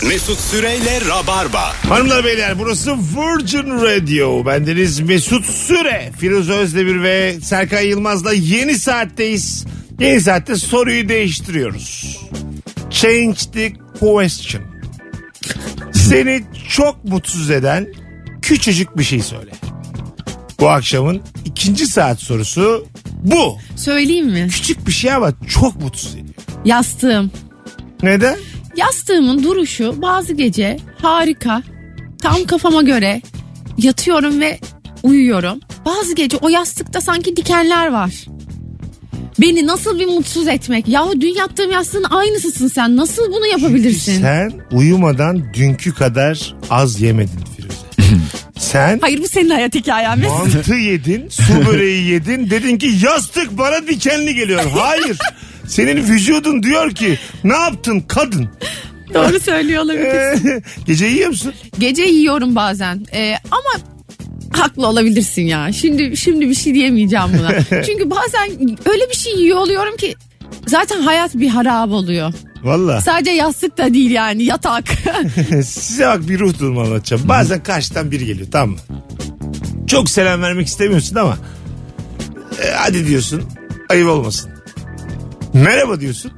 Mesut Süreyle Rabarba. Hanımlar beyler, burası Virgin Radio. Bendeniz Mesut Süre, Firuze Özdemir ve Serkan Yılmaz'la yeni saatteyiz. Yeni saatte soruyu değiştiriyoruz. Change the question. Seni çok mutsuz eden küçücük bir şey söyle. Bu akşamın ikinci saat sorusu bu. Söyleyeyim mi? Küçük bir şey ama çok mutsuz ediyor. Yastığım. Neden? Yastığımın duruşu bazı gece harika. Tam kafama göre yatıyorum ve uyuyorum. Bazı gece o yastıkta sanki dikenler var. Beni nasıl bir mutsuz etmek? Yahu dün yattığım yastığın aynısısın sen. Nasıl bunu yapabilirsin? Çünkü sen uyumadan dünkü kadar az yemedin Firuze. Sen Hayır, bu senin hayat hikayen. mantı yedin, su böreği yedin. Dedin ki yastık bana dikenli geliyor. Hayır. Senin vücudun diyor ki ne yaptın kadın? Doğru söylüyor olabilirsin. Gece yiyor musun? Gece yiyorum bazen. Ama haklı olabilirsin ya. Şimdi bir şey diyemeyeceğim buna. Çünkü bazen öyle bir şey yiyor oluyorum ki zaten hayat bir harap oluyor. Valla. Sadece yastık da değil yani, yatak. Size bak bir ruh durumu anlatacağım. Bazen karşıdan biri geliyor, tamam mı? Çok selam vermek istemiyorsun ama hadi diyorsun, ayıp olmasın. Merhaba diyorsun.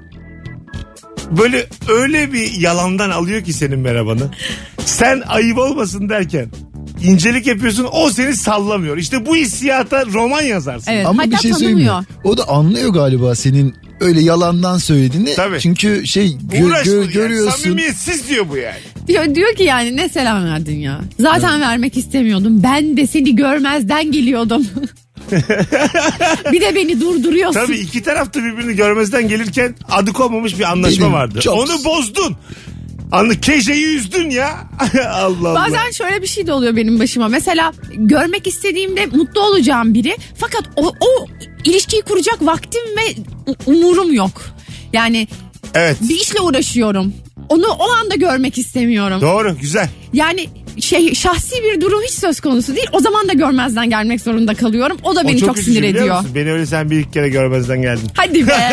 Böyle öyle bir yalandan alıyor ki senin merhabanı. Sen ayıp olmasın derken incelik yapıyorsun, o seni sallamıyor. İşte bu hissiyata roman yazarsın. Evet, Ama hatta bir şey söyleyeyim mi? tanımıyor. O da anlıyor galiba senin öyle yalandan söylediğini. Tabii. Çünkü Uğraşma yani, görüyorsun. samimiyetsiz diyor bu yani. Diyor ki yani ne selam verdin ya. Zaten vermek istemiyordum. Ben de seni görmezden geliyordum. Bir de beni durduruyorsun. Tabii iki taraf da birbirini görmezden gelirken adı konmamış bir anlaşma Benim vardı. çok- Onu bozdun. Keşeyi üzdün ya. Allah Allah. Bazen şöyle bir şey de oluyor benim başıma. Mesela görmek istediğimde mutlu olacağım biri. Fakat o ilişkiyi kuracak vaktim ve umurum yok. Yani Evet. bir işle uğraşıyorum. Onu o anda görmek istemiyorum. Doğru, güzel. Yani şahsi bir durum hiç söz konusu değil. O zaman da görmezden gelmek zorunda kalıyorum. O da O beni çok üzücü, sinir biliyor ediyor. musun? Beni öyle sen bir iki kere görmezden geldin. Hadi be.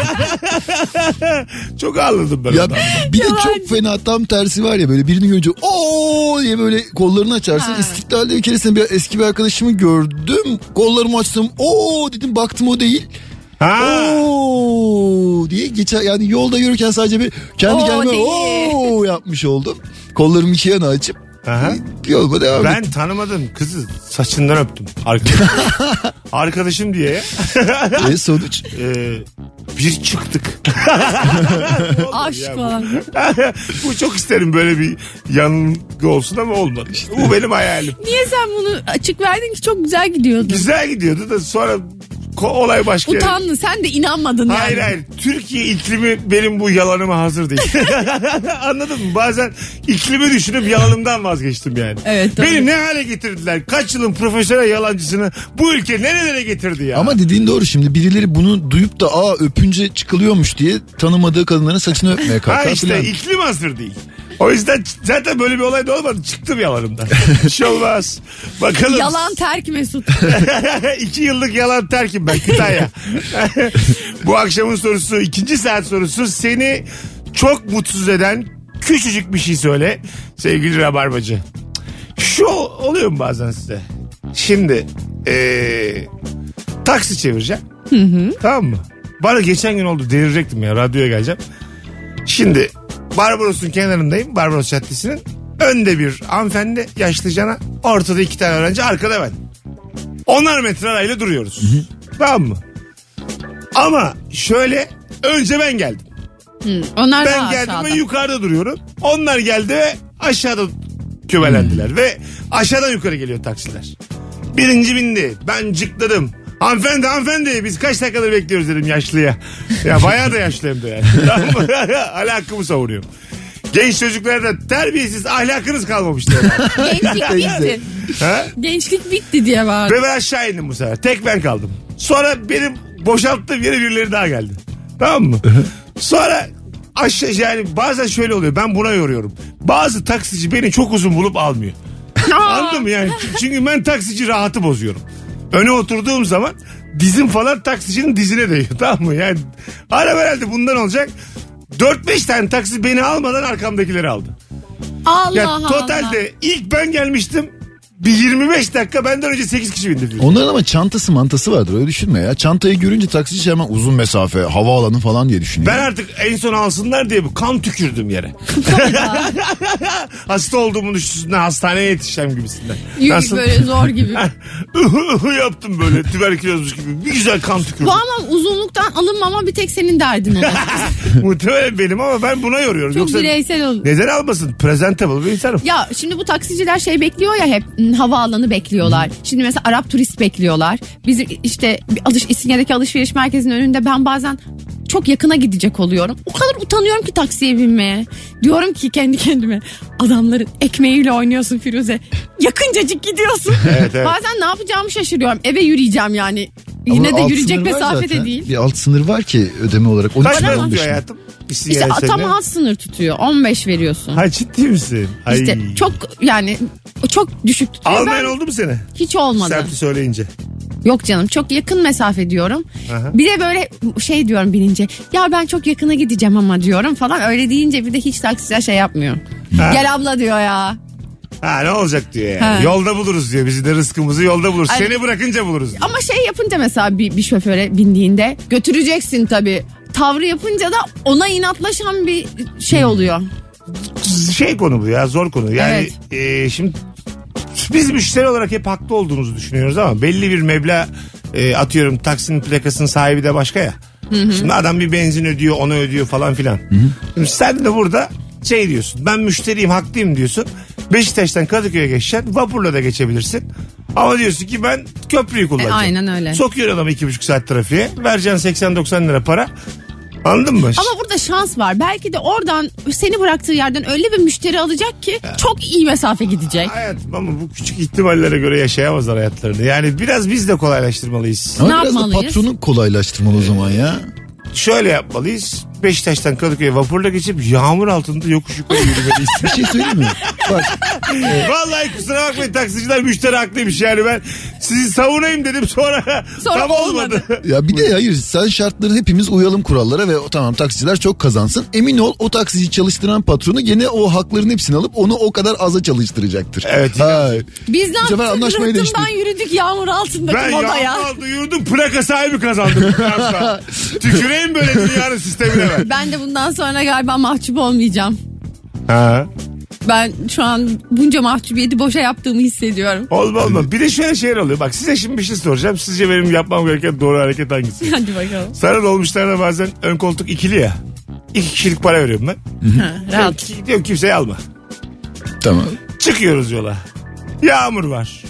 Çok ağladım ben Ya ondan. bir de Yalancı. çok fena tam tersi var ya, böyle birini görünce ooo diye böyle kollarını açarsın. Ha. İstiklal'de bir keresinde eski bir arkadaşımı gördüm. Kollarımı açtım. Oo dedim, baktım o değil. Ha. Oo diye geçer, yani yolda yürürken sadece bir kendi Oo kendime değil. oo yapmış oldum. Kollarımı iki yana açıp Aha. yoluma devam Ben ettim. tanımadım kızı, saçından öptüm. Arkadaşım diye. Sonuç. Bir çıktık. Aşk falan. Bu çok isterim, böyle bir yanılgı olsun ama olmadı. Bu benim hayalim. Niye sen bunu açık verdin ki, çok güzel gidiyordu. Güzel gidiyordu da sonra olay başka yere. Utandın, sen de inanmadın yani. Hayır. Türkiye iklimi benim bu yalanıma hazır değil. Anladın mı? Bazen iklimi düşünüp yalanımdan vazgeçtim yani. Evet, doğru. Beni ne hale getirdiler? Kaç yılın profesyonel yalancısını bu ülke nerelere getirdi ya? Ama dediğin doğru, şimdi birileri bunu duyup da öpünce çıkılıyormuş diye tanımadığı kadınların saçını öpmeye ha kalkar işte filan. iklim hazır değil. O yüzden zaten böyle bir olay da olmadı. Çıktım yalanımdan. Bir şey olmaz. Bakalım. Yalan terk Mesut. 2 yıllık yalan terkim ben, Kütahya. Bu akşamın sorusu, ikinci saat sorusu, seni çok mutsuz eden küçücük bir şey söyle sevgili Rabarbacı. Şu oluyor mu bazen size? Şimdi taksi çevireceğim. Tamam mı? Bana geçen gün oldu, delirecektim ya, radyoya geleceğim. Şimdi Barbaros'un kenarındayım, Barbaros Caddesi'nin. Önde bir hanımefendi yaşlıcana, ortada 2 tane öğrenci, arkada ben. 10'ar metre arayla duruyoruz. Tamam mı? Ama şöyle, önce ben geldim. Onlar Ben daha geldim aşağıda. ve yukarıda duruyorum. Onlar geldi ve aşağıda kümelendiler. Ve aşağıdan yukarı geliyor taksiler. Birinci bindi. Ben cıkladım. Hanımefendi biz kaç dakikadır bekliyoruz dedim yaşlıya. Ya bayağı da yaşlı hem de yani. Hala hakkımı savunuyorum. Genç çocuklarda terbiyesiz, ahlakınız kalmamış diyor. Gençlik bitti. Ha? Gençlik bitti diye bağırdı. Ve ben aşağı indim bu sefer. Tek ben kaldım. Sonra benim boşalttığım yere birileri daha geldi. Tamam mı? Sonra aşağı, yani bazen şöyle oluyor. Ben buna yoruyorum. Bazı taksici beni çok uzun bulup almıyor. Anladın mı yani? Çünkü ben taksici rahatı bozuyorum. Öne oturduğum zaman dizim falan taksicinin dizine değiyor, tamam mı? Yani araba herhalde bundan olacak. 4-5 tane taksi beni almadan arkamdakileri aldı. Allah Ya Allah. totalde ilk ben gelmiştim. Bir 25 dakika benden önce 8 kişi bindi. Onların ama çantası mantası vardır, öyle düşünme ya. Çantayı görünce taksici hemen uzun mesafe, havaalanı falan diye düşünüyor. Ben artık en son alsınlar diye bu kan tükürdüm yere. Hasta olduğumun üstüne hastaneye yetişeceğim gibisinden. Nasıl? Böyle zor gibi. Yaptım böyle tüberkülozmuş gibi. Bir güzel kan tükürdüm. Bu ama uzunluktan alınmama bir tek senin derdin olur. Muhtemelen benim ama ben buna yoruyorum. Çok Yoksa bireysel olur. neden almasın? Presentable bir insanım. Ya şimdi bu taksiciler şey bekliyor ya hep havaalanı bekliyorlar. Şimdi mesela Arap turist bekliyorlar. Bizim işte İstinye'deki alışveriş merkezinin önünde ben bazen çok yakına gidecek oluyorum. O kadar utanıyorum ki taksiye binmeye. Diyorum ki kendi kendime adamların ekmeğiyle oynuyorsun Firuze. Yakıncacık gidiyorsun. Evet. Bazen ne yapacağımı şaşırıyorum. Eve yürüyeceğim yani. Ama Yine de alt yürüyecek sınır var mesafede zaten. değil. Bir alt sınır var ki ödeme olarak. Kaç para Bana tutuyor hayatım? İşte tam alt sınır tutuyor. 15 veriyorsun. Ha ciddi misin? Ay. İşte çok yani çok düşük tutuyor. Almayan Ben oldu mu seni? hiç olmadı. Serpil söyleyince. Yok canım çok yakın mesafe diyorum. Aha. Bir de böyle şey diyorum binince ya ben çok yakına gideceğim ama diyorum falan. Öyle deyince bir de hiç taksiciler şey yapmıyor. Ha. Gel abla diyor ya. Ha ne olacak diyor yani. Ha. Yolda buluruz diyor. Bizi de rızkımızı yolda buluruz. Ay- Seni bırakınca buluruz diyor. Ama şey yapınca mesela bir şoföre bindiğinde götüreceksin tabii. Tavrı yapınca da ona inatlaşan bir şey oluyor. Şey konu bu ya, zor konu. Yani şimdi biz müşteri olarak hep haklı olduğumuzu düşünüyoruz ama belli bir meblağ atıyorum taksinin plakasının sahibi de başka ya. Şimdi adam bir benzin ödüyor, onu ödüyor falan filan. Şimdi sen de burada şey diyorsun, ben müşteriyim, haklıyım diyorsun. Beşiktaş'tan Kadıköy'e geçeceksin, vapurla da geçebilirsin. Ama diyorsun ki ben köprüyü kullanacağım. Aynen öyle. Sokuyor adamı 2,5 saat trafiğe. Vereceksin 80-90 lira para. Anladın mı? Ama burada şans var. Belki de oradan seni bıraktığı yerden öyle bir müşteri alacak ki çok iyi mesafe gidecek. Hayat ama bu küçük ihtimallere göre yaşayamazlar hayatlarını. Yani biraz biz de kolaylaştırmalıyız. Ama Ne biraz da yapmalıyız? patronu kolaylaştırmalı o zaman ya. Şöyle yapmalıyız. Beşiktaş'tan Kadıköy'e vapurla geçip yağmur altında yokuş yukarı yürümeliyiz. Bir şey söyleyeyim mi? Bak Vallahi kusura bakmayın taksiciler, müşteri haklıymış. Yani ben sizi savunayım dedim sonra tam olmadı. ya bir de hayır, sen şartları hepimiz uyalım kurallara ve tamam taksiciler çok kazansın. Emin ol o taksici çalıştıran patronu gene o hakların hepsini alıp onu o kadar aza çalıştıracaktır. Evet. Ha. Biz ne Bu sefer yaptık? anlaşmayı Rıhtımdan değiştirdik. yürüdük yağmur altındaki Ben modaya. yağmur altında yürüdüm, plaka sahibi kazandım. Tüküreyim böyle dünyanın sistemine ben. Ben de bundan sonra galiba mahcup olmayacağım. Ha. Ben şu an bunca mahcubiyeti boşa yaptığımı hissediyorum. Olma. Bir de şöyle şeyler oluyor. Bak size şimdi bir şey soracağım. Sizce benim yapmam gereken doğru hareket hangisi? Hadi bakalım. Sana dolmuşlarına bazen ön koltuk ikili ya. 2 kişilik para veriyorum ben. Rahat. Diyorum kimseyi alma. Tamam. Çıkıyoruz yola. Yağmur var.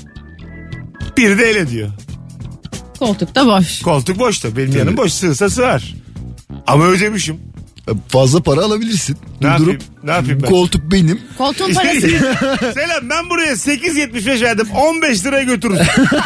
Biri de ele diyor. Koltukta boş. Koltuk boşta. Benim yanım boş. Sığsa sığar. Ama ödemişim. Fazla para alabilirsin. Ne yapayım? Durdurup, Ne yapayım ben? koltuk benim. Koltuğun parası. Selam, ben buraya 8.75 verdim. 15 liraya götürürüm.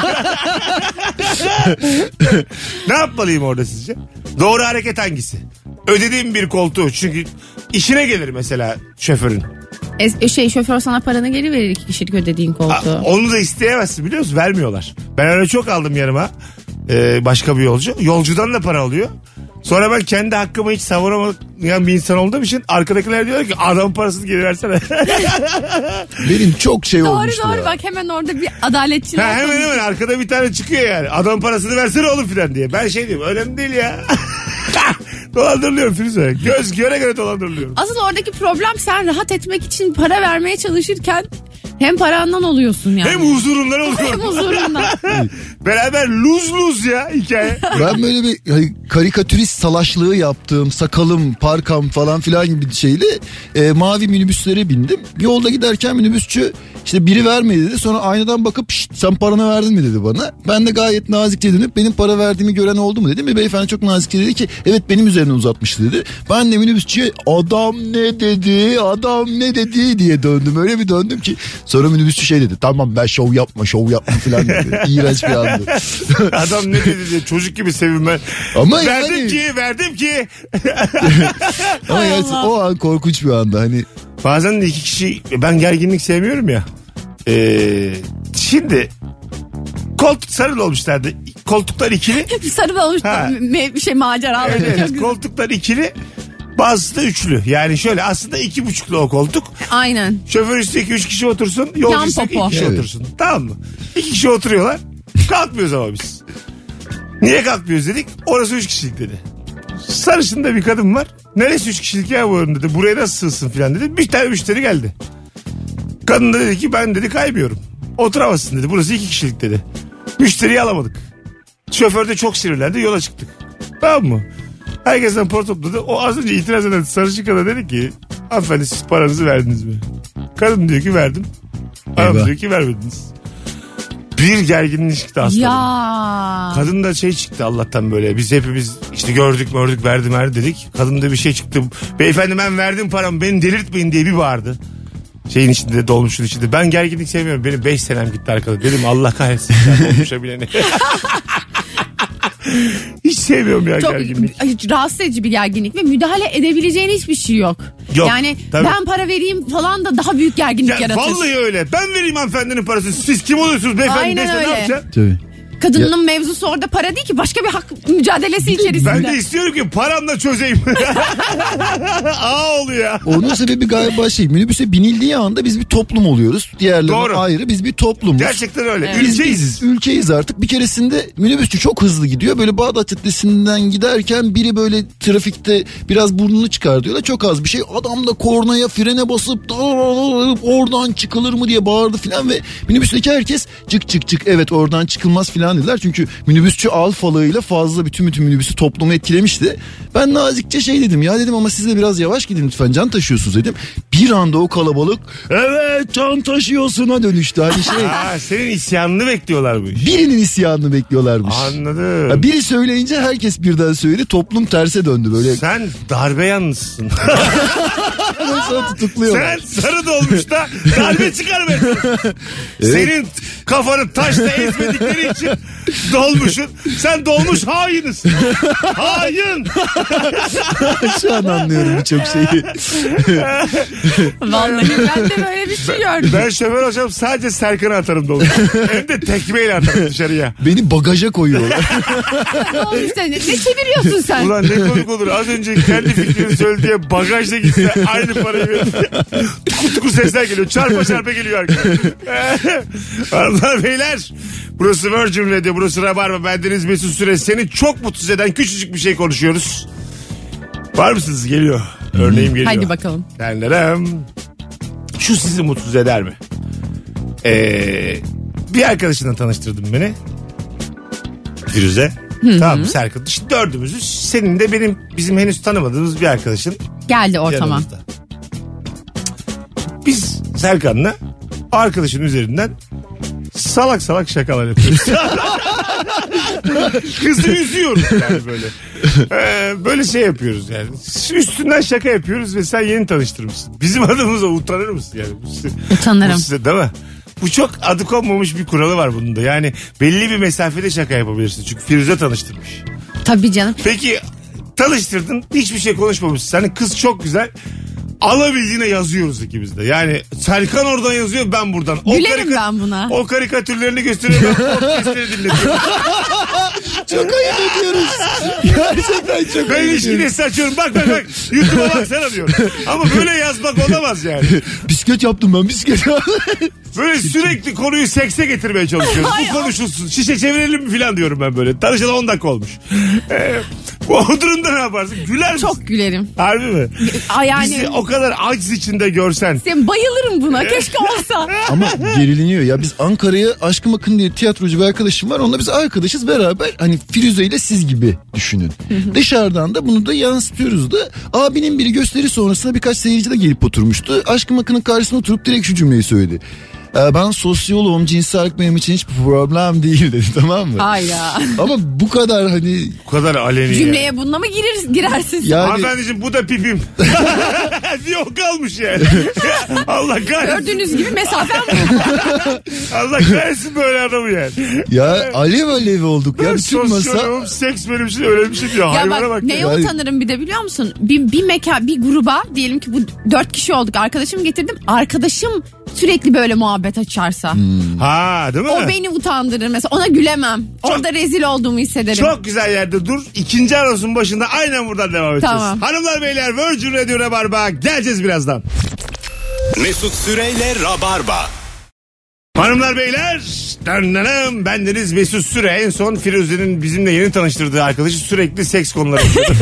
Ne yapmalıyım orada sizce? Doğru hareket hangisi? Ödediğim bir koltuğu. Çünkü işine gelir mesela şoförün. Şoför sana paranı geri verir 2 kişilik ödediğin koltuğu. Onu da isteyemezsin, biliyor musun? Vermiyorlar. Ben öyle çok aldım yanıma. Başka bir yolcu. Yolcudan da para alıyor. Sonra ben kendi hakkımı hiç savunamayan bir insan olduğum için arkadakiler diyorlar ki adam parasını geri versene. Benim çok şey olmuştu Doğru ya. bak hemen orada bir adaletçilik. hemen arkada bir tane çıkıyor yani. Adam parasını versene oğlum filan diye. Ben şey diyorum, önemli değil ya. Dolandırılıyorum Firuze. Göz göre dolandırılıyorum. Asıl oradaki problem sen rahat etmek için para vermeye çalışırken hem parandan oluyorsun yani. Hem huzurumdan Hem oluyorum. huzurundan. Beraber luz ya hikaye. Ben böyle bir karikatürist salaşlığı yaptığım, sakalım, parkam falan filan gibi bir şeyle mavi minibüslere bindim. Bir yolda giderken minibüsçü işte biri vermedi dedi. Sonra aynadan bakıp sen paranı verdin mi dedi bana. Ben de gayet nazikçe dönüp benim para verdiğimi gören oldu mu dedim. Ve beyefendi çok nazikçe dedi ki evet benim üzerine uzatmıştı dedi. Ben de minibüsçüye adam ne dedi diye döndüm. Öyle bir döndüm ki sonra minibüsçü şey dedi. Tamam ben şov yapma filan dedi. İğrenç bir andı. Adam ne dedi diye çocuk gibi sevinmen. Ama Verdim ki. Ama yani o an korkunç bir anda hani. Bazen de 2 kişi, ben gerginlik sevmiyorum ya. Şimdi koltuk sarılı olmuşlardı. Koltuklar ikili. Sarı olmuş Ha. bir şey maceralar. Evet, koltuklar ikili. Bazısı da üçlü. Yani şöyle aslında 2,5'lu o koltuk. Aynen. Şoför üstteki 3 kişi otursun. Yolcu Yan üstteki popo. 2 kişi Evet. otursun. Tamam mı? 2 kişi oturuyorlar. Kalkmıyoruz ama biz. Niye kalkmıyoruz dedik. Orası 3 kişilik dedi. Sarışında bir kadın var. Neresi 3 kişilik ya bu dedi. Buraya nasıl sığsın falan dedi. Bir tane müşteri geldi. Kadın da dedi ki ben dedi kaymıyorum. Oturamazsın dedi. Burası 2 kişilik dedi. Müşteriyi alamadık. Şoför de çok sinirlendi. Yola çıktık. Tamam mı? Herkesten para topladı. O az önce itiraz eden sarışık kadın dedi ki hanımefendi siz paranızı verdiniz mi? Kadın diyor ki verdim. Adam Eyvah. diyor ki vermediniz. Bir gerginlik çıktı aslında. Ya. Kadın da şey çıktı Allah'tan böyle. Biz hepimiz işte gördük verdim dedik. Kadın da bir şey çıktı. Beyefendi ben verdim paramı beni delirtmeyin diye bir bağırdı. Şeyin içinde dolmuşun içinde. Ben gerginlik sevmiyorum. Benim 5 senem gitti arkadaş. Dedim Allah kahretsin. Dolmuşa bileni. Hiç sevmiyorum ya Çok gerginlik. rahatsız edici bir gerginlik ve müdahale edebileceğin hiçbir şey yok. Yok, Yani tabii. ben para vereyim falan da daha büyük gerginlik Ya, yaratır. vallahi öyle. Ben vereyim hanımefendinin parasını. Siz kim oluyorsunuz beyefendi Aynen dese ne öyle. yapacaksın? Tabii. Kadının mevzusu orada para değil ki başka bir hak mücadelesi içerisinde. Ben de istiyorum ki paramla çözeyim. Aa oluyor ya. Onun sebebi galiba minibüse binildiği anda biz bir toplum oluyoruz. Diğerlerine Doğru. ayrı biz bir toplumuz. Gerçekten öyle. Evet. Ülkeyiz. Ülkeyiz artık. Bir keresinde minibüsçü çok hızlı gidiyor. Böyle Bağdat Caddesi'nden giderken biri böyle trafikte biraz burnunu çıkartıyorlar. Çok az bir şey. Adam da kornaya frene basıp oradan çıkılır mı diye bağırdı filan ve minibüsteki herkes çık evet oradan çıkılmaz filan dediler. Çünkü minibüsçü alfalığıyla fazla bütün minibüsü toplumu etkilemişti. Ben nazikçe şey dedim ya dedim ama siz de biraz yavaş gidin lütfen can taşıyorsunuz dedim. Bir anda o kalabalık evet can taşıyorsun'a dönüştü. Hani şey Aa, senin isyanını bekliyorlar bu iş. birinin isyanını bekliyorlarmış. Anladım. Ya biri söyleyince herkes birden söyledi. Toplum terse döndü böyle. Sen darbe yanlısın. Sonra tutukluyorlar. Sen sarı dolmuşta darbe çıkarmıyorsun. Senin kafanı taşla ezmedikleri için dolmuşsun. Sen dolmuş hainisin. Hain. Şu an anlıyorum birçok şeyi. Vallahi ben de böyle bir şey gördüm. Ben şoför olsam sadece Serkan'ı atarım dolmuş. Hem de tekmeyle atarım dışarıya. Beni bagaja koyuyorlar. Ne olmuş da ne çeviriyorsun sen? Ulan ne komik olur. Az önce kendi fikrini söylediği bagajda gitse aynı parayı verir. Tuku sesler geliyor. Çarpa geliyor arkadaşlar. Hanımlar beyler. Burası Virgin Radio. Burası Rabarba. Bendeniz Mesut Süre. Seni çok mutsuz eden küçücük bir şey konuşuyoruz. Var mısınız? Geliyor. Örneğim geliyor. Hadi bakalım. Denlerem. Şu sizi mutsuz eder mi? Bir arkadaşınla tanıştırdın beni. Firuze. Tamam Serkan. İşte dördümüzüz. Senin de bizim henüz tanımadığımız bir arkadaşın. Geldi ortama. Yanımızda. Biz Serkan'la arkadaşın üzerinden salak şakalar yapıyoruz. Kızı üzüyoruz yani böyle. Böyle şey yapıyoruz yani. Üstünden şaka yapıyoruz ve sen yeni tanıştırmışsın. Bizim adımıza utanır mısın yani? Utanırım. Bu size, değil mi? Bu çok adı konmamış bir kuralı var bunun da. Yani belli bir mesafede şaka yapabilirsin. Çünkü Firuze tanıştırmış. Tabii canım. Peki tanıştırdın, hiçbir şey konuşmamışsın. Hani kız çok güzel. Alabildiğine yazıyoruz ikimiz de. Yani Serkan oradan yazıyor, ben buradan. Gülerim ben buna. O karikatürlerini gösteriyor, ben podcastleri dinletiyorum. Çok ayıp ediyoruz. Gerçekten çok Ben ayıp ilişki ediyoruz. desi açıyorum. Bak. YouTube'a baksana diyorum. Ama böyle yazmak olamaz yani. Bisiklet yaptım ben bisiklet yaptım. Böyle sürekli konuyu sekse getirmeye çalışıyoruz. Bu konuşulsun. Şişe çevirelim mi falan diyorum ben böyle. Tanışalı 10 dakika olmuş. O durumda ne yaparsın? Güler misin? Çok gülerim. Harbi mi? Yani Bizi o kadar aciz içinde görsen. sen bayılırım buna. Keşke olsa. Ama geriliniyor ya biz Ankara'ya Aşkım Akın diye tiyatrocu bir arkadaşım var. Onunla biz arkadaşız beraber hani Firuze ile siz gibi düşünün. Dışarıdan da bunu da yansıtıyoruz da. Abinin biri gösteri sonrasında birkaç seyirci de gelip oturmuştu. Aşkım Akın'ın karşısına oturup direkt şu cümleyi söyledi. Ben sosyoloğum, cinsellik benim için hiç problem değil dedi, tamam mı? Ay ya. Ama bu kadar hani Bu kadar aleni. Cümleye bununla mı girersin? yani Hanımefendiciğim bu da pipim. Yok kalmış yani. Allah kahretsin. Gördüğünüz gibi mesafem bu. Allah kahretsin böyle adamı yani. ya alev alev olduk ya bütün masa. Sosyoloğum, seks benim için öyle bir şey diyor. Ya Hayvana bak. neye Yani- utanırım bir de biliyor musun? Bir gruba diyelim ki bu 4 kişi olduk. Arkadaşımı getirdim. Arkadaşım sürekli böyle muhabbet açarsa. Ha değil mi? O beni utandırır mesela. Ona gülemem. Orada rezil olduğumu hissederim. Çok güzel yerde dur. İkinci anonsun başında aynen buradan devam edeceğiz. Tamam. Hanımlar beyler, Virgin Radio Rabarba, geleceğiz birazdan. Mesut Süreyle Rabarba. Hanımlar beyler, bendeniz Mesut Süre. En son Firuze'nin bizimle yeni tanıştırdığı arkadaşı sürekli seks konuları.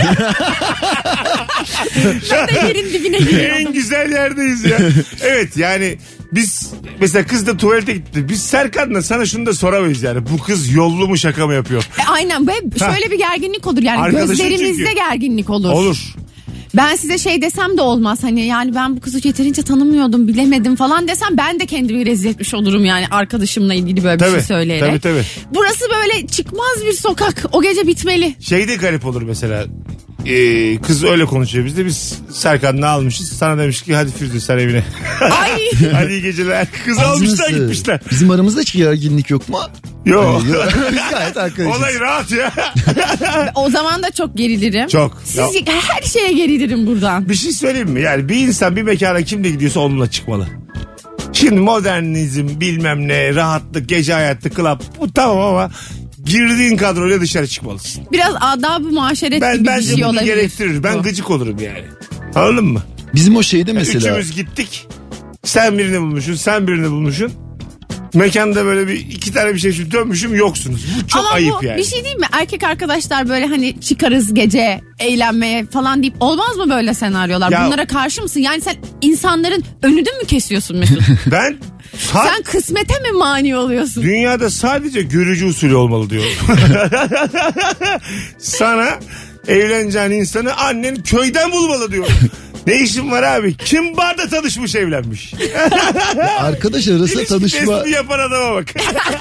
Ben de yerin dibine giriyorum. En güzel yerdeyiz ya. Evet, yani biz mesela kız da tuvalete gitti. Biz Serkan'la sana şunu da soramayız yani. Bu kız yollu mu, şaka mı yapıyor? Aynen, ve şöyle bir gerginlik olur yani. Arkadaşın Gözlerimizde çünkü. gerginlik olur. Olur. Ben size şey desem de olmaz, hani yani ben bu kızı yeterince tanımıyordum, bilemedim falan desem ben de kendimi rezil etmiş olurum yani, arkadaşımla ilgili böyle bir şey söyleyerek. Tabii. Burası böyle çıkmaz bir sokak, o gece bitmeli. Şey de garip olur mesela. Kız öyle konuşuyor, biz de biz Serkan'la almışız. Sana demiş ki hadi Firuze sen evine. Ay. Hadi iyi geceler. Kız almışlar gitmişler. Bizim aramızda hiç gerginlik yok mu? Yok. Biz gayet arkadaşız. Olay rahat ya. O zaman da çok gerilirim. Çok. Her şeye gerilirim buradan. Bir şey söyleyeyim mi? Yani bir insan bir mekana kimle gidiyorsa onunla çıkmalı. Şimdi modernizm, bilmem ne, rahatlık, gece hayatı, club, bu tamam ama girdiğin kadroyla dışarı çıkmalısın. Biraz adab-ı muaşeret gibi bir Bence şey bunu olabilir. gerektirir. Ben gıcık olurum yani. Anladın mı? Bizim o şeyde mesela. Üçümüz gittik. Sen birini bulmuşsun, sen birini bulmuşsun. Mekanda böyle bir iki tane bir şey için dönmüşüm, yoksunuz. Bu çok ama ayıp bu yani. bir şey değil mi? Erkek arkadaşlar böyle hani çıkarız gece eğlenmeye falan deyip olmaz mı böyle senaryolar? Ya- Bunlara karşı mısın? Yani sen insanların önünü mü kesiyorsun Mesut? Ben Sen kısmete mi mani oluyorsun? dünyada sadece görücü usulü olmalı diyorum. Sana evleneceğin insanı annen köyden bulmalı diyorum. Ne işin var abi? Kim barda tanışmış, evlenmiş? Arkadaş arası İlişki tanışma. testi yapan adama bak.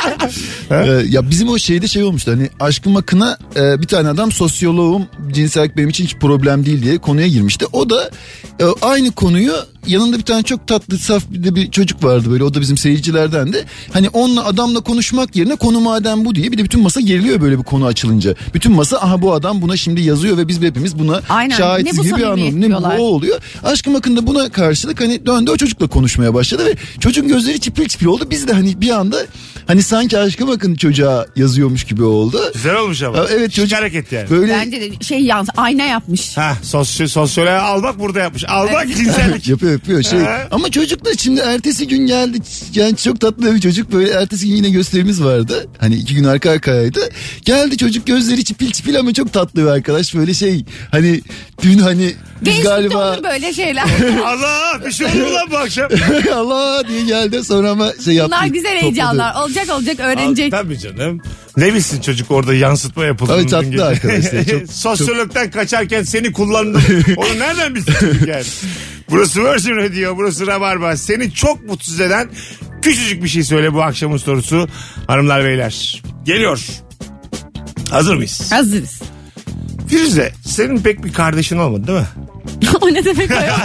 Ya bizim o şeyde şey olmuştu, hani Aşkım Akın'a bir tane adam sosyoloğum, cinsellik benim için hiç problem değil diye konuya girmişti. O da aynı konuyu, yanında bir tane çok tatlı saf bir çocuk vardı böyle, o da bizim seyircilerdendi. Hani onunla, adamla konuşmak yerine konu madem bu diye, bir de bütün masa geriliyor böyle bir konu açılınca. Bütün masa aha bu adam buna şimdi yazıyor ve biz hepimiz buna Aynen. şahitiz Ne bu gibi bir samimiyet anlam. Ne bu diyorlar. o oluyor. Aşkım Akın da buna karşılık hani döndü o çocukla konuşmaya başladı ve çocuğun gözleri çipil çipil oldu. Biz de hani bir anda hani sanki Aşkım Akın çocuğa yazıyormuş gibi oldu. Güzel olmuş ama. Evet, çocuk hareket yani. böyle Bence de şey yalnız ayna yapmış. Ha, sosyoloğa almak burada yapmış. Almak cinsellik. yapıyor şey. Ha. Ama çocuk da şimdi ertesi gün geldi. Yani çok tatlı bir çocuk, böyle ertesi gün yine gösterimiz vardı. Hani 2 gün arka arkayaydı. Geldi çocuk, gözleri çipil çipil ama çok tatlı bir arkadaş. Böyle şey hani dün hani biz Gençlikte galiba olur böyle şeyler. Allah, bir şey oldu lan bu akşam. Allah diye geldi, sonra ama şey yaptı. Bunlar güzel topladı. heyecanlar. Olacak öğrenecek. Tabii canım. Ne bilsin çocuk orada yansıtma yapıldı. Tabii tatlı arkadaşlar. Çok- Sosyologdan kaçarken seni kullandım. Onu nereden bilsin çocuk yani? Burası Virgin Radio, burası Rabarba. Seni çok mutsuz eden küçücük bir şey söyle, bu akşamın sorusu. Hanımlar beyler geliyor. Hazır mıyız? Hazırız. Firuze, senin pek bir kardeşin olmadı değil mi? O ne demek o ya?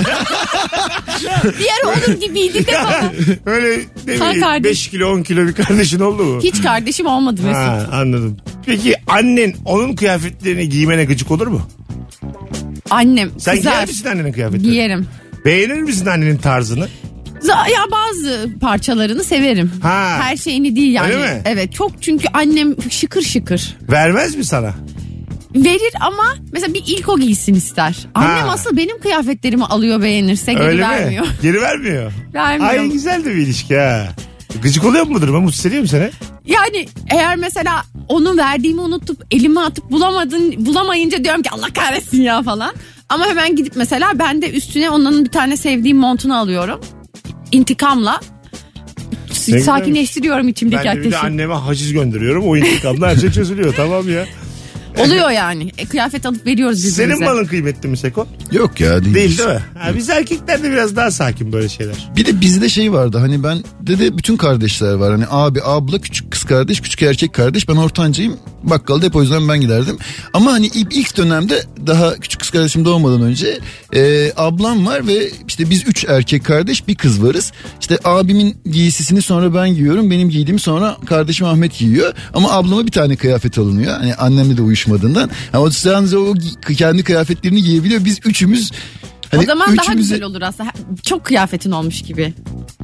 Diğer onun gibiydi de bana. Öyle ne Sen bileyim, kardeş. 5 kilo 10 kilo bir kardeşin oldu mu? Hiç kardeşim olmadı Mesut. Ha, anladım. Peki annen onun kıyafetlerini giymene gıcık olur mu? Annem Sen kızar. giyer misin annenin kıyafetlerini? Giyerim. Beğenir misin annenin tarzını? Ya bazı parçalarını severim. Ha. Her şeyini değil yani. Öyle mi? Evet, çok, çünkü annem şıkır şıkır. Vermez mi sana? Verir ama mesela bir ilk o giysin ister. Annem Ha. asıl benim kıyafetlerimi alıyor, beğenirse geri Öyle vermiyor. mi? Geri vermiyor. Vermiyor. Ay, güzel de bir ilişki ha. Gıcık oluyor mu bu duruma? Mutsuz ediyor mu seni? Yani eğer mesela onu verdiğimi unutup elime atıp bulamayınca diyorum ki Allah kahretsin ya falan. Ama hemen gidip mesela ben de üstüne onların bir tane sevdiğim montunu alıyorum. İntikamla. Ne Sakinleştiriyorum içimdeki Ben de bir de ateşi. anneme haciz gönderiyorum. O intikamda her şey çözülüyor. Tamam ya. Oluyor yani. Kıyafet alıp veriyoruz birbirimize. Senin malın kıymetli mi Seko? Yok ya, değil. Değil mi? Ha, biz erkeklerde biraz daha sakin böyle şeyler. Bir de bizde şey vardı, hani ben de bütün kardeşler var. Hani abi, abla, küçük kız kardeş, küçük erkek kardeş. Ben ortancayım. Bakkalda hep o yüzden ben giderdim. Ama hani ilk dönemde, daha küçük kız kardeşim doğmadan önce ablam var ve işte biz 3 erkek kardeş, bir kız varız. İşte abimin giysisini sonra ben giyiyorum. Benim giydiğimi sonra kardeşim Ahmet giyiyor. Ama ablama bir tane kıyafet alınıyor. Hani annemle de uyuşmadığından. Ama sadece o kendi kıyafetlerini giyebiliyor. Biz üçümüz. Hani O zaman daha üçümüze- güzel olur aslında. Çok kıyafetin olmuş gibi.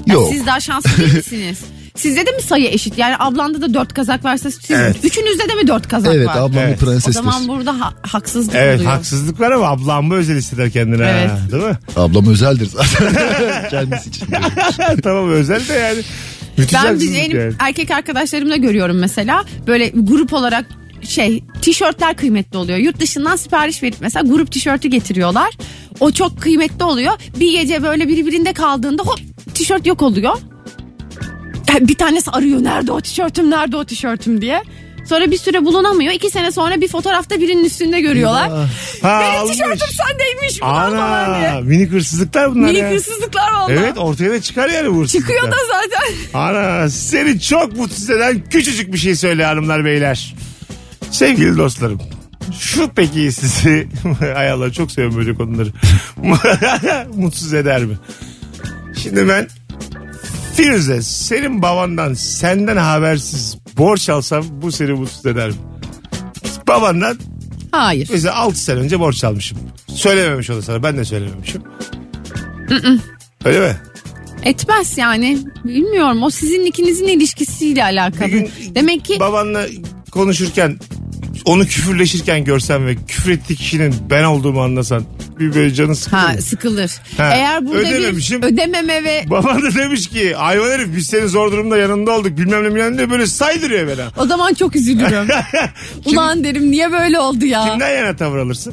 Yok. Siz daha şanslı değil misiniz? Sizde de mi sayı eşit? Yani ablanda da 4 kazak varsa siz üçünüzde de mi 4 kazak Evet, var? ablam bir O prensestir. zaman burada haksızlık Evet, oluyor. haksızlık var ama ablam mı özel hisseder kendine. Evet. Ha, değil mi? Ablam özeldir zaten. Kendisi için. Tamam, özel de yani. Müthiş Ben haksızlık benim yani. erkek arkadaşlarımda görüyorum mesela. Böyle grup olarak tişörtler kıymetli oluyor. Yurt dışından sipariş verip mesela grup tişörtü getiriyorlar. O çok kıymetli oluyor. Bir gece böyle birbirinde kaldığında hop tişört yok oluyor. Bir tanesi arıyor, nerede o tişörtüm diye. Sonra bir süre bulunamıyor. 2 sene sonra bir fotoğrafta birinin üstünde görüyorlar. Benim almış. tişörtüm sendeymiş falan falan diye. Minik hırsızlıklar bunlar Minik ya. hırsızlıklar valla. Evet, ortaya da çıkar yani bu hırsızlıklar. Çıkıyor da zaten. Ana, seni çok mutsuz eden küçücük bir şey söyle hanımlar beyler. Sevgili dostlarım. Şu peki sizi ay Allah, çok seviyorum böyle konuları. Mutsuz eder mi? Şimdi ben Firuze, senin babandan senden habersiz borç alsam bu seni mutsuz eder mi? Babandan Hayır. mesela 6 sene önce borç almışım. Söylememiş o da sana, ben de söylememişim. Öyle mi? Etmez yani. Bilmiyorum, o sizin ikinizin ilişkisiyle alakalı. Bir gün Demek ki babanla konuşurken, onu küfürleşirken görsen ve küfür ettiği kişinin ben olduğumu anlasan bir böyle canı sıkılır mı? sıkılır. Ha, Eğer burada ödememişim. bir ödememe ve Baban da demiş ki hayvan herif, biz senin zor durumda yanında olduk bilmem ne böyle saydırıyor bana. o zaman çok üzülürüm. Ulan derim, niye böyle oldu ya? Kimden yana tavır alırsın?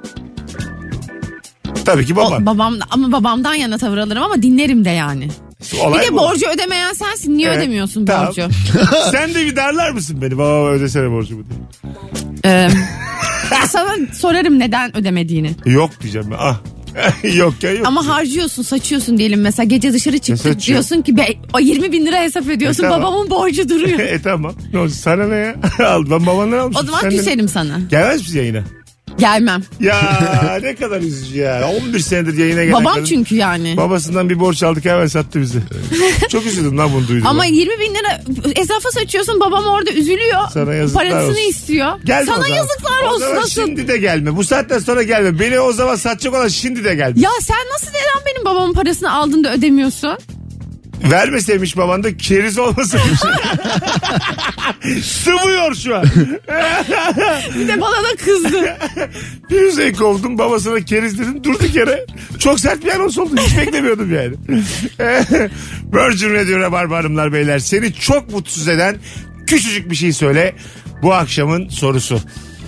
Tabii ki baban. Babamdan yana tavır alırım ama dinlerim de yani. Olay Bir de bu. borcu ödemeyen sensin. Niye Evet, ödemiyorsun tamam. borcu? Sen de bir darlar mısın beni? Baba ödesene borcumu diye. Sana sorarım neden ödemediğini. Yok diyeceğim ben. Ah. Yok ya, yok. Ama harcıyorsun, saçıyorsun diyelim mesela, gece dışarı çıktık saçıyor? diyorsun ki o 20 bin lira hesap ediyorsun, tamam. babamın borcu duruyor. Tamam. Ne oldu? Sana ne ya? Al, ben babandan almışım. O zaman Sen de- küserim sana. Gelmez misin yayına? Gelmem. Ya ne kadar üzücü ya. 11 senedir yayına gelen Babam kadın çünkü yani. babasından bir borç aldık, hemen sattı bizi. Çok üzüldüm lan bunu duydum. Ama 20 bin lira esafa saçıyorsun, babam orada üzülüyor. Sana yazıklar Parasını olsun. istiyor. Gelme o Sana zaman. yazıklar O olsun. zaman Nasıl? şimdi de gelme. Bu saatten sonra gelme. Beni o zaman satacak olan şimdi de gelme. Ya sen nasıl neden benim babamın parasını aldın da ödemiyorsun? Vermeseymiş baban da keriz olmasaymış. Sıvıyor şu an. Bir de bana da kızdı. Firuze'yi kovdum, babasına keriz dedim, durduk yere. Çok sert bir anons oldu. Hiç beklemiyordum yani. Virgin Radio Rabarba hanımlar beyler. Seni çok mutsuz eden küçücük bir şey söyle. Bu akşamın sorusu.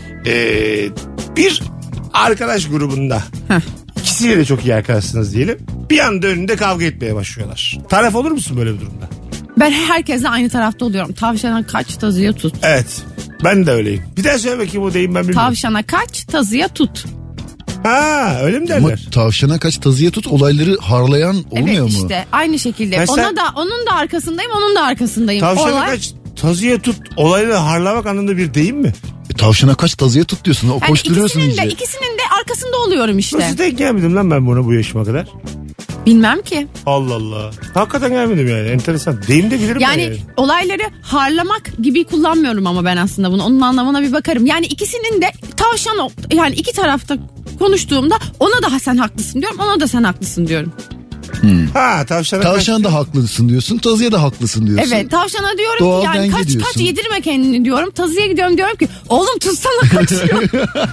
Bir arkadaş grubunda. İkisiyle de çok iyi arkadaşsınız diyelim. Bir anda önünde kavga etmeye başlıyorlar. Taraf olur musun böyle bir durumda? Ben herkesle aynı tarafta oluyorum. Tavşana kaç, tazıya tut. Evet. Ben de öyleyim. Bir daha söyle bakayım, o deyim ben bilmiyorum. Tavşana kaç, tazıya tut. Ha, öyle mi Ama derler? tavşana kaç tazıya tut, olayları harlayan olmuyor Evet mu? işte aynı şekilde. Ha, sen- Onun da arkasındayım, onun da arkasındayım. Tavşana Olay- kaç, tazıya tut, olayları harlamak anlamında bir deyim mi? Tavşana kaç tazıya tut diyorsun. O Yani koşturuyorsun iyice. ikisinin de arkasında oluyorum işte. Nasıl denk gelmedim lan ben buna bu yaşıma kadar? Bilmem ki. Allah Allah. Hakikaten gelmedim yani. Enteresan. Deyim de bilirim ben Yani yani. olayları harlamak gibi kullanmıyorum ama ben aslında bunu. Onun anlamına bir bakarım. Yani ikisinin de yani iki tarafta konuştuğumda ona da sen haklısın diyorum, ona da sen haklısın diyorum. Ha, tavşana Tavşan da haklısın diyorsun, tazıya da haklısın diyorsun. Evet, tavşana diyorum Doğal ki yani denge kaç diyorsun. yedirme kendini diyorum. Tazıya gidiyorum, diyorum ki oğlum tutsana kaçıyor.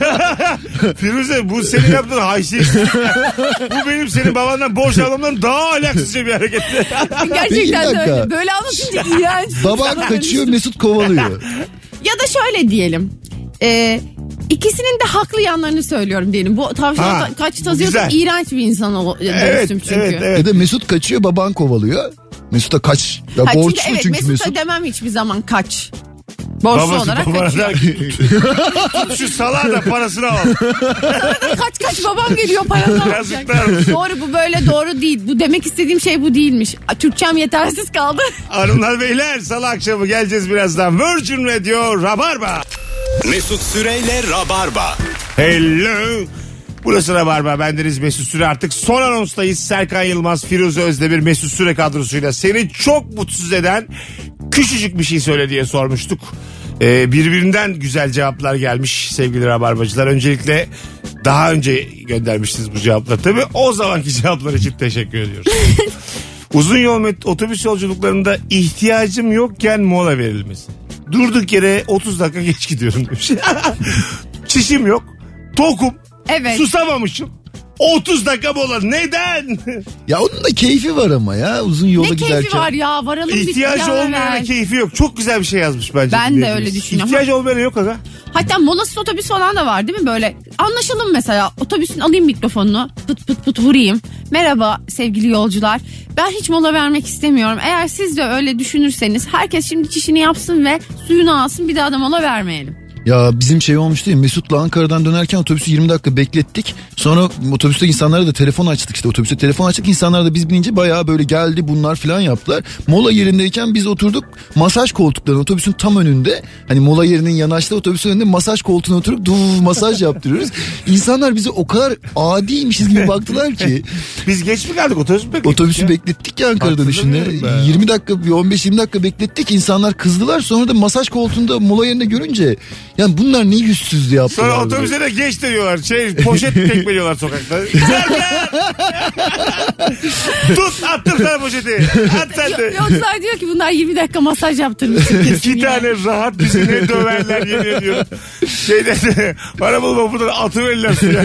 Firuze, bu senin yaptığın haysiyet. Bu benim senin babandan borç almamdan daha alaksızca bir hareket. Gerçekten Peki, bir de dakika. öyle. Böyle anlatınca iğrenç. Baban kaçıyor, Mesut kovalıyor. Ya da şöyle diyelim. İkisinin de haklı yanlarını söylüyorum diyelim. Bu tavşana Ha, kaç bu tazıyor, güzel. iğrenç bir insan Evet, dönüştüm çünkü. evet. Ya da Mesut kaçıyor, baban kovalıyor. Mesut'a kaç. Ya Ha, borçlu çünkü Mesut'a Mesut. demem hiçbir zaman kaç. Borçlu olarak babana kaçıyor. der ki, tut şu salağı da parasını al. Kaç babam geliyor, paranı alacak. Yazıklar olsun. Doğru, bu böyle doğru değil. Bu demek istediğim şey bu değilmiş. Türkçem yetersiz kaldı. Hanımlar beyler, salı akşamı geleceğiz birazdan. Virgin Radio Rabarba. Mesut Süreyle Rabarba. Hello. Burası Rabarba. Bendeniz Mesut Süre, artık son anonstayız. Serkan Yılmaz, Firuze Özdemir, Mesut Süre kadrosuyla seni çok mutsuz eden küçücük bir şey söyle diye sormuştuk. Birbirinden güzel cevaplar gelmiş sevgili Rabarbacılar. Öncelikle daha önce göndermiştiniz bu cevapları. Tabii o zamanki cevaplar için teşekkür ediyoruz. Uzun yol otobüs yolculuklarında ihtiyacım yokken mola verilmesi. Durduk yere 30 dakika geç gidiyorum demiş. Çişim yok. Tokum. Evet. Susamamışım. 30 dakika mola. Neden? Ya onun da keyfi var ama ya uzun yola Ne giderken. keyfi var ya, varalım bir İhtiyacı ya olmayana ver. keyfi yok. Çok güzel bir şey yazmış bence. Ben de öyle düşünüyorum. İhtiyacı olmayana yok aga. Hatta molasız otobüs falan da var değil mi böyle? Anlaşalım mesela, otobüsün alayım mikrofonunu, pıt pıt pıt vurayım. Merhaba sevgili yolcular, ben hiç mola vermek istemiyorum. Eğer siz de öyle düşünürseniz herkes şimdi çişini yapsın ve suyunu alsın, bir daha da mola vermeyelim. Ya bizim şey olmuştu ya, Mesut'la Ankara'dan dönerken otobüsü 20 dakika beklettik. Sonra otobüste insanlara da telefon açtık, işte otobüste telefon açtık. İnsanlar da biz binince bayağı böyle geldi bunlar falan yaptılar. Mola yerindeyken biz oturduk masaj koltuklarının, otobüsün tam önünde. Hani mola yerinin yanaştığı otobüsün önünde masaj koltuğuna oturup masaj yaptırıyoruz. İnsanlar bize o kadar adiymişiz gibi baktılar ki. Biz geç mi kaldık, otobüs mü beklettik? Otobüsü beklettik ya Ankara dönüşünde. 20 dakika, bir 15-20 dakika beklettik. İnsanlar kızdılar. Sonra da masaj koltuğunda mola yerinde görünce, yani bunlar ne yüzsüzlü yaptılar. Sonra otobüse de geç deniyorlar. Poşet tekmeliyorlar sokakta. Tut, attım sana poşeti. At sen de. Yolcular diyor ki bunlar 20 dakika masaj yaptırmış. İki tane rahat bizi ne döverler yemin ediyorum. Para bulma buradan atıverirler suya.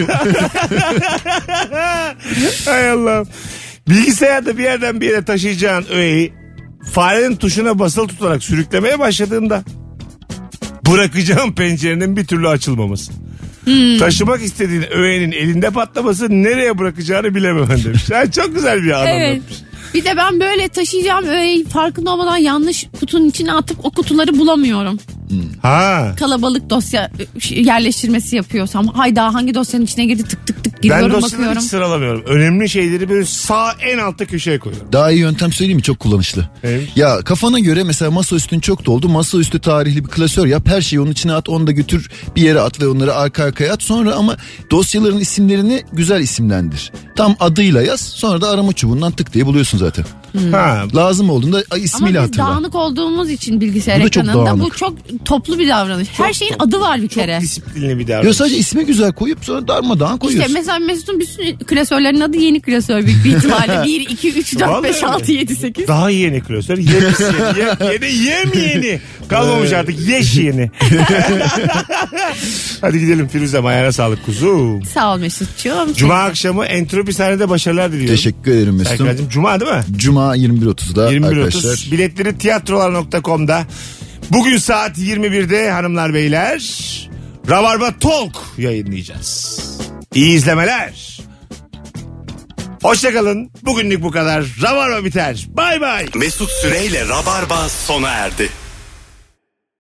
Hay Allah'ım. Bilgisayarda bir yerden bir yere taşıyacağın öğeyi farenin tuşuna basılı tutarak sürüklemeye başladığında bırakacağım pencerenin bir türlü açılmaması. Taşımak istediğin öğenin elinde patlaması, nereye bırakacağını bilememen demiş. Yani çok güzel bir anlam Evet. yapmış. Bir de ben böyle taşıyacağım öğeyi farkında olmadan yanlış kutunun içine atıp o kutuları bulamıyorum. Ha. Kalabalık dosya yerleştirmesi yapıyorsam hayda hangi dosyanın içine girdi, tık tık tık Ben giriyorum, dosyaları bakıyorum. hiç sıralamıyorum. Önemli şeyleri böyle sağ en altta köşeye koyuyorum. Daha iyi yöntem söyleyeyim mi? Çok kullanışlı. Evet. Ya kafana göre mesela masaüstün çok doldu. Masaüstü tarihli bir klasör yap. Her şeyi onun içine at. Onu da götür bir yere at ve onları arka arkaya at. Sonra ama dosyaların isimlerini güzel isimlendir. Tam adıyla yaz. Sonra da arama çubuğundan tık diye buluyorsun zaten. Ha. Lazım olduğunda Ama ismiyle biz hatırla. dağınık olduğumuz için bilgisayar Bu da çok ekranında bu dağınık. çok toplu bir davranış. Her şeyin adı var bir kere. Çok disiplinli bir davranış. Ya sadece ismi güzel koyup sonra darmadağın koyuyorsun. İşte mesela Mesut'un bütün klasörlerin adı yeni klasör büyük bir ihtimalle. 1, 2, 3, 4, 5, Vallahi 6, 7, 8. Daha yeni klasör. Yeni. Kalmamış artık. Yeş yeni. Hadi gidelim Firuzem, ayağına sağlık kuzum. Sağ ol Mesut'cuğum. Cuma akşamı Entropi sahnede başarılar diliyorum. Teşekkür ederim Mesut'um. Serkan'cığım, Cuma değil mi? Cuma 21.30'da 21.30. arkadaşlar. Biletleri tiyatrolar.com'da. Bugün saat 21'de hanımlar beyler Rabarba Talk yayınlayacağız. İyi izlemeler. Hoşçakalın. Bugünlük bu kadar. Rabarba biter. Bay bay. Mesut Süreyle Rabarba sona erdi.